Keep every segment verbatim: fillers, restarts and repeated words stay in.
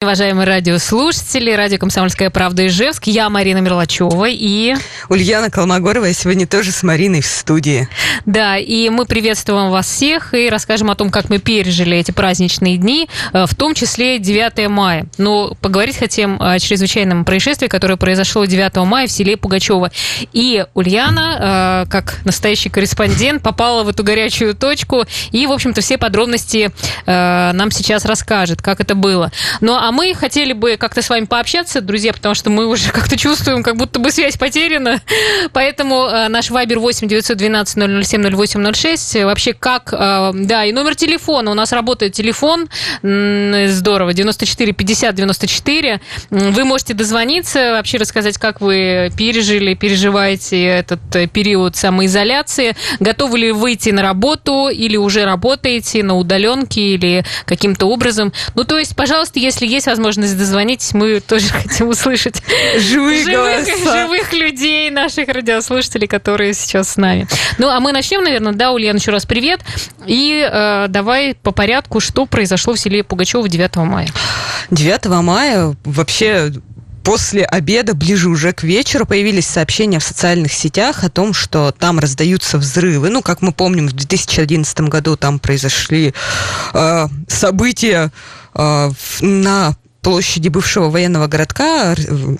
уважаемые радиослушатели. Радио «Комсомольская правда» Ижевск. Я Марина Мерлачева и... Ульяна Колмогорова. Я сегодня тоже с Мариной в студии. Да, и мы приветствуем вас всех и расскажем о том, как мы пережили эти праздничные дни, в том числе девятое мая. Но поговорить хотим о чрезвычайном происшествии, которое произошло девятого мая в селе Пугачево. И Ульяна, как настоящий корреспондент, попала в эту горячую точку и, в общем-то, все подробности нам сейчас расскажет, как это было. Ну, а мы хотели бы как-то с вами пообщаться, друзья, потому что мы уже как-то чувствуем, как будто бы связь потеряна. Поэтому наш вайбер восемь девятьсот двенадцать ноль ноль семь ноль восемь ноль шесть. Вообще как... Да, и номер телефона. У нас работает телефон. Здорово. девяносто четыре пятьдесят девяносто четыре. Вы можете дозвониться, вообще рассказать, как вы пережили, переживаете этот период самоизоляции. Готовы ли выйти на работу или уже работаете на удаленке или каким-то образом. Ну, то есть, пожалуйста, если есть возможность дозвонитесь, мы тоже хотим услышать живых, живых, живых людей, наших радиослушателей, которые сейчас с нами. Ну, а мы начнем, наверное, да, Ульяна, еще раз привет. И э, давай по порядку, что произошло в селе Пугачево девятого мая. девятого мая вообще... После обеда, ближе уже к вечеру, появились сообщения в социальных сетях о том, что там раздаются взрывы. Ну, как мы помним, в две тысячи одиннадцатом году там произошли э, события э, на площади бывшего военного городка,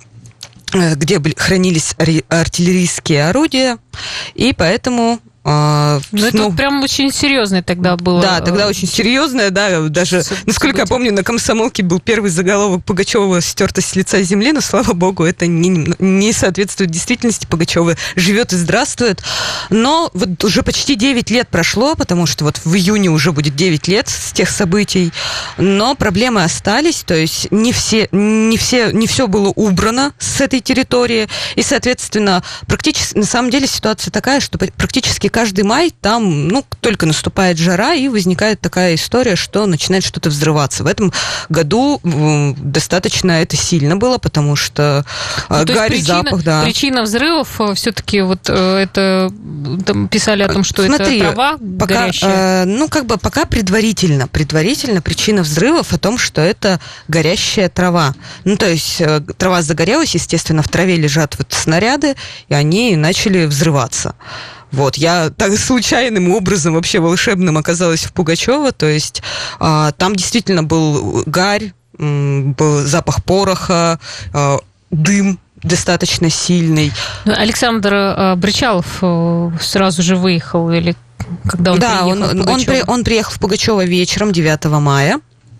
э, где хранились артиллерийские орудия, и поэтому... А, ну, это ну, прям очень серьезное тогда было. Да, тогда очень серьезное, да, даже, событие. Насколько я помню, на «Комсомолке» был первый заголовок: Пугачева стерта с лица земли, но, слава богу, это не, не соответствует действительности. Пугачева живет и здравствует. Но вот уже почти девять лет прошло, потому что вот в июне уже будет девять лет с тех событий, но проблемы остались, то есть не все, не все, не все было убрано с этой территории, и, соответственно, практически, на самом деле ситуация такая, что практически каждый май там, ну, только наступает жара, и возникает такая история, что начинает что-то взрываться. В этом году достаточно это сильно было, потому что ну, гарь, причина, запах, да. Причина взрывов все-таки вот это там писали о том, что Смотри, это трава пока, горящая. Э, ну, как бы пока предварительно, предварительно причина взрывов о том, что это горящая трава. Ну, то есть э, трава загорелась, естественно, в траве лежат вот снаряды, и они начали взрываться. Вот, я так случайным образом, вообще волшебным, оказалась в Пугачево, то есть а, там действительно был гарь, м, был запах пороха, а, дым достаточно сильный. Александр а, Бричалов а, сразу же выехал, или когда он да, приехал он, в Пугачево? он, при, он приехал в Пугачево вечером девятого мая.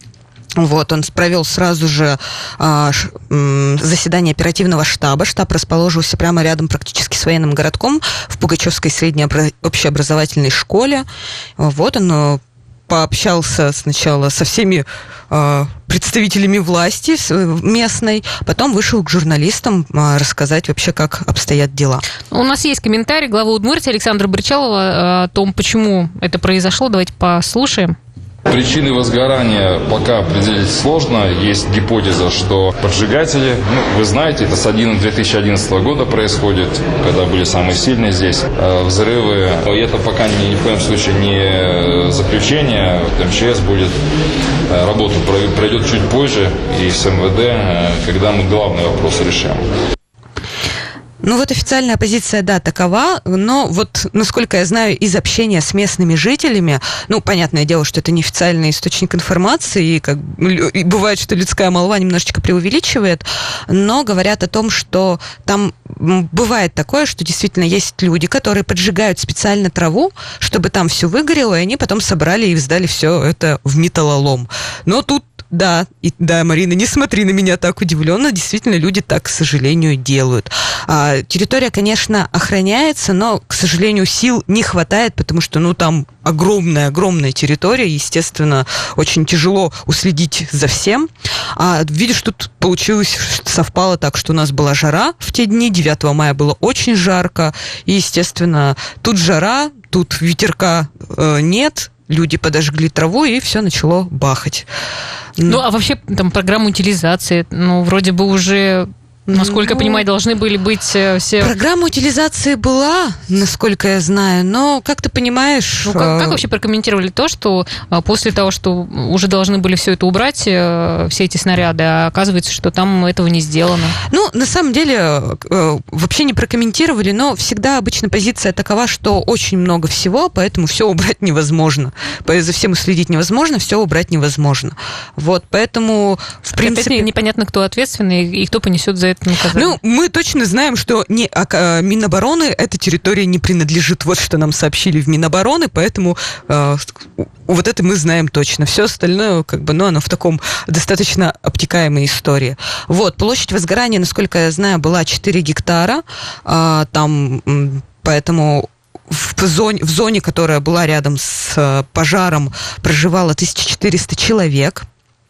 Вот, он провел сразу же а, ш, м, заседание оперативного штаба. Штаб расположился прямо рядом практически с военным городком в Пугачевской средней обра- общеобразовательной школе. Вот он пообщался сначала со всеми а, представителями власти местной, потом вышел к журналистам а, рассказать вообще, как обстоят дела. У нас есть комментарий главы Удмуртии Александра Бричалова о том, почему это произошло. Давайте послушаем. Причины возгорания пока определить сложно. Есть гипотеза, что поджигатели, ну, вы знаете, это с две тысячи одиннадцатого года происходит, когда были самые сильные здесь э, взрывы. И это пока ни, ни в коем случае не заключение. эм че эс будет э, работу пройдет чуть позже, и с эм вэ дэ, э, когда мы главный вопрос решим. Ну вот официальная позиция, да, такова, но вот, насколько я знаю, из общения с местными жителями, ну, понятное дело, что это неофициальный источник информации, и, как, и бывает, что людская молва немножечко преувеличивает, но говорят о том, что там бывает такое, что действительно есть люди, которые поджигают специально траву, чтобы там все выгорело, и они потом собрали и сдали все это в металлолом. Но тут Да, и, да, Марина, не смотри на меня так удивленно. Действительно, люди так, к сожалению, делают. А, территория, конечно, охраняется, но, к сожалению, сил не хватает, потому что, ну, там огромная-огромная территория, естественно, очень тяжело уследить за всем. А видишь, тут получилось, совпало так, что у нас была жара в те дни, девятого мая было очень жарко, и, естественно, тут жара, тут ветерка э, нет, люди подожгли траву, и все начало бахать. Ну, а вообще, там, программа утилизации, ну, вроде бы уже Насколько ну, я понимаю, должны были быть все... Программа утилизации была, насколько я знаю, но, как ты понимаешь... Ну, как, как вообще прокомментировали то, что после того, что уже должны были все это убрать, все эти снаряды, а оказывается, что там этого не сделано? Ну, на самом деле, вообще не прокомментировали, но всегда обычно позиция такова, что очень много всего, поэтому все убрать невозможно. За всем следить невозможно, все убрать невозможно. Вот, поэтому, в принципе... Опять непонятно, кто ответственный и кто понесет за это наказание. Ну, мы точно знаем, что не, а, Минобороны эта территория не принадлежит. Вот что нам сообщили в Минобороны, поэтому э, вот это мы знаем точно. Все остальное, как бы, ну, оно в таком достаточно обтекаемой истории. Вот, площадь возгорания, насколько я знаю, была четыре гектара. Э, там, поэтому... В зоне, в зоне, которая была рядом с пожаром, проживало тысяча четыреста человек.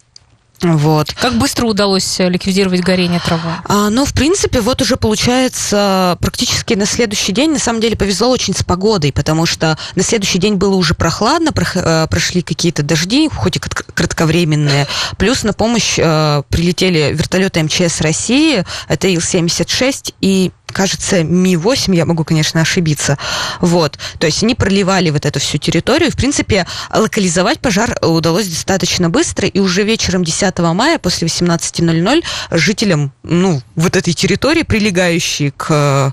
Вот. Как быстро удалось ликвидировать горение травы? А, ну, в принципе, вот уже получается практически на следующий день, на самом деле, повезло очень с погодой, потому что на следующий день было уже прохладно, прошли какие-то дожди, хоть и кратковременные, плюс на помощь э, прилетели вертолеты эм че эс России, это Ил семьдесят шесть и кажется, Ми восемь, я могу, конечно, ошибиться. Вот. То есть они проливали вот эту всю территорию. В принципе, локализовать пожар удалось достаточно быстро, и уже вечером десятого мая после восемнадцати ноль-ноль жителям, ну, вот этой территории, прилегающей к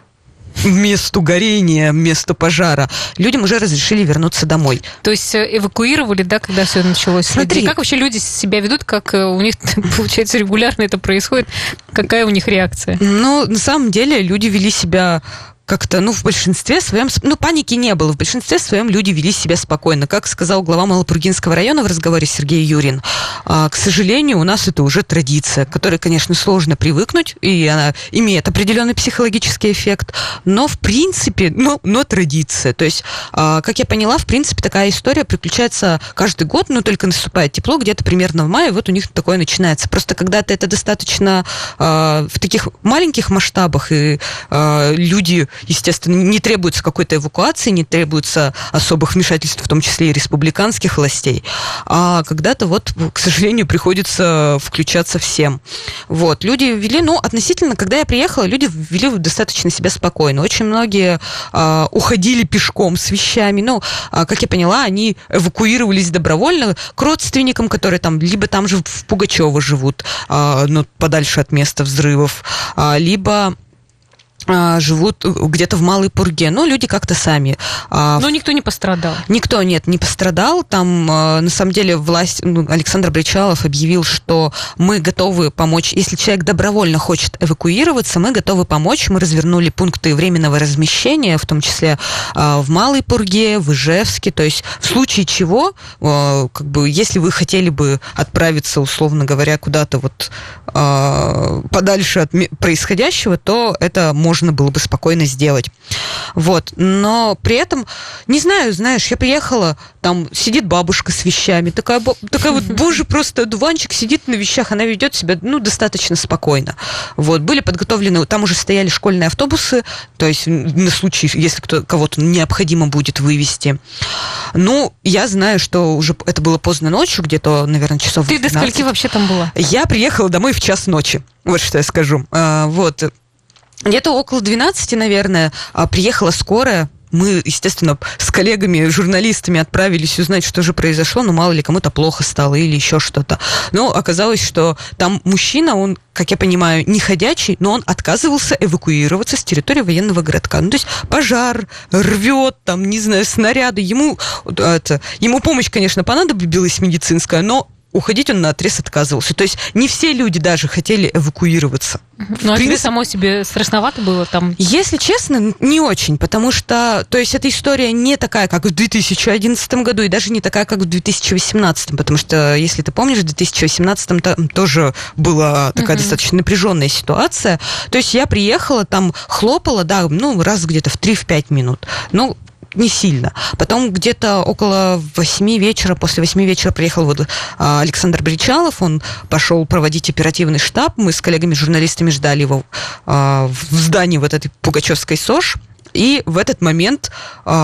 месту горения, месту пожара, людям уже разрешили вернуться домой. То есть эвакуировали, да, когда все началось? Смотри. Как вообще люди себя ведут, как у них, получается, регулярно это происходит? Какая у них реакция? Ну, на самом деле, люди вели себя... как-то, ну, в большинстве своем, ну, паники не было, в большинстве своем люди вели себя спокойно. Как сказал глава Малопургинского района в разговоре Сергей Юрин, а, к сожалению, у нас это уже традиция, к которой, конечно, сложно привыкнуть, и она имеет определенный психологический эффект, но, в принципе, ну, но традиция. То есть, а, как я поняла, в принципе, такая история приключается каждый год, но только наступает тепло, где-то примерно в мае, вот у них такое начинается. Просто когда-то это достаточно а, в таких маленьких масштабах, и а, люди... естественно, не требуется какой-то эвакуации, не требуется особых вмешательств, в том числе и республиканских властей. А когда-то вот, к сожалению, приходится включаться всем. Вот. Люди вели, ну, относительно, когда я приехала, люди вели достаточно себя спокойно. Очень многие а, уходили пешком с вещами. Ну, а, как я поняла, они эвакуировались добровольно к родственникам, которые там либо там же в Пугачево живут, а, ну, подальше от места взрывов, а, либо... живут где-то в Малой Пурге, но люди как-то сами. Но никто не пострадал. Никто, нет, не пострадал. Там, на самом деле, власть, ну, Александр Бричалов объявил, что мы готовы помочь, если человек добровольно хочет эвакуироваться, мы готовы помочь. Мы развернули пункты временного размещения, в том числе в Малой Пурге, в Ижевске. То есть в случае чего, как бы, если вы хотели бы отправиться, условно говоря, куда-то вот подальше от происходящего, то это можно можно было бы спокойно сделать. Вот. Но при этом, не знаю, знаешь, я приехала, там сидит бабушка с вещами, такая, такая вот, боже, просто дуванчик сидит на вещах, она ведет себя, ну, достаточно спокойно. Вот. Были подготовлены, там уже стояли школьные автобусы, то есть на случай, если кто, кого-то необходимо будет вывезти. Ну, я знаю, что уже это было поздно ночью, где-то, наверное, часов Ты двенадцать. До скольки вообще там была? Я приехала домой в час ночи, вот что я скажу. А, вот. Где-то около двенадцати, наверное, приехала скорая. Мы, естественно, с коллегами, журналистами отправились узнать, что же произошло. Ну, мало ли, кому-то плохо стало или еще что-то. Но оказалось, что там мужчина, он, как я понимаю, не ходячий, но он отказывался эвакуироваться с территории военного городка. Ну, то есть пожар, рвет, там, не знаю, снаряды. Ему, это, ему помощь, конечно, понадобилась медицинская, но уходить он наотрез отказывался. То есть не все люди даже хотели эвакуироваться. Ну, а тебе самой себе страшновато было там? Если честно, не очень, потому что, то есть эта история не такая, как в две тысячи одиннадцатом году, и даже не такая, как в две тысячи восемнадцатом, потому что, если ты помнишь, в две тысячи восемнадцатом там тоже была такая uh-huh. достаточно напряженная ситуация. То есть я приехала, там хлопала, да, ну, раз где-то в три-пять минут. Ну, не сильно. Потом где-то около восьми вечера, после восьми вечера приехал вот а, Александр Бричалов, он пошел проводить оперативный штаб, мы с коллегами-журналистами ждали его а, в здании вот этой Пугачевской СОЖ, и в этот момент а,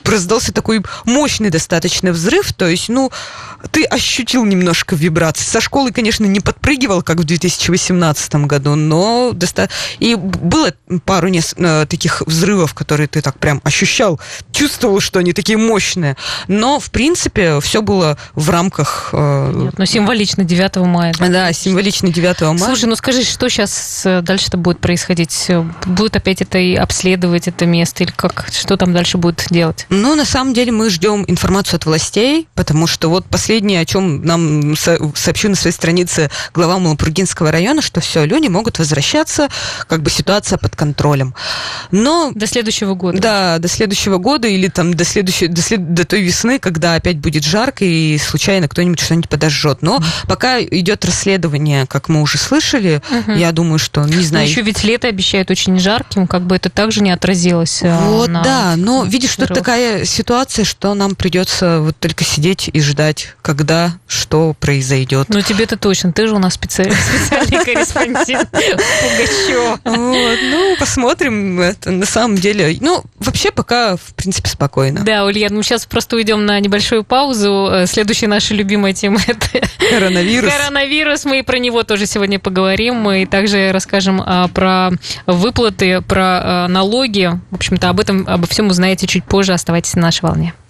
раздался такой мощный достаточно взрыв, то есть, ну, ты ощутил немножко вибрации. Со школы, конечно, не подпрыгивал, как в две тысячи восемнадцатом году, но доста... и было пару нес... таких взрывов, которые ты так прям ощущал, чувствовал, что они такие мощные. Но, в принципе, все было в рамках... Нет, ну, символично девятого мая. Да, да, символично девятого мая. Слушай, ну скажи, что сейчас дальше-то будет происходить? Будут опять это и обследовать это место, или как? Что там дальше будут делать? Ну, на самом деле, мы ждем информацию от властей, потому что вот последнее, о чем нам сообщил на своей странице глава Малопургинского района, что все, люди могут возвращаться, как бы ситуация под контролем. Но... До следующего года. Да, до следующего года или там до следующей, до, след... до той весны, когда опять будет жарко и случайно кто-нибудь что-нибудь подожжет. Но mm-hmm. пока идет расследование, как мы уже слышали, mm-hmm. я думаю, что, не знаю... Но еще ведь лето обещают очень жарким, как бы это также не отразилось. Вот, на... да, но видишь, тут такая ситуация, что нам придется вот только сидеть и ждать, когда что произойдет. Ну, тебе-то точно, ты же у нас специальный, специальный корреспондент Пугачева. Вот, ну, посмотрим. Это на самом деле, ну, вообще пока, в принципе, спокойно. Да, Ульяна, мы сейчас просто уйдем на небольшую паузу. Следующая наша любимая тема – это коронавирус. Коронавирус. Мы про него тоже сегодня поговорим. Мы также расскажем а, про выплаты, про а, налоги. В общем-то, об этом, обо всем узнаете чуть позже. Оставайтесь на нашей волне.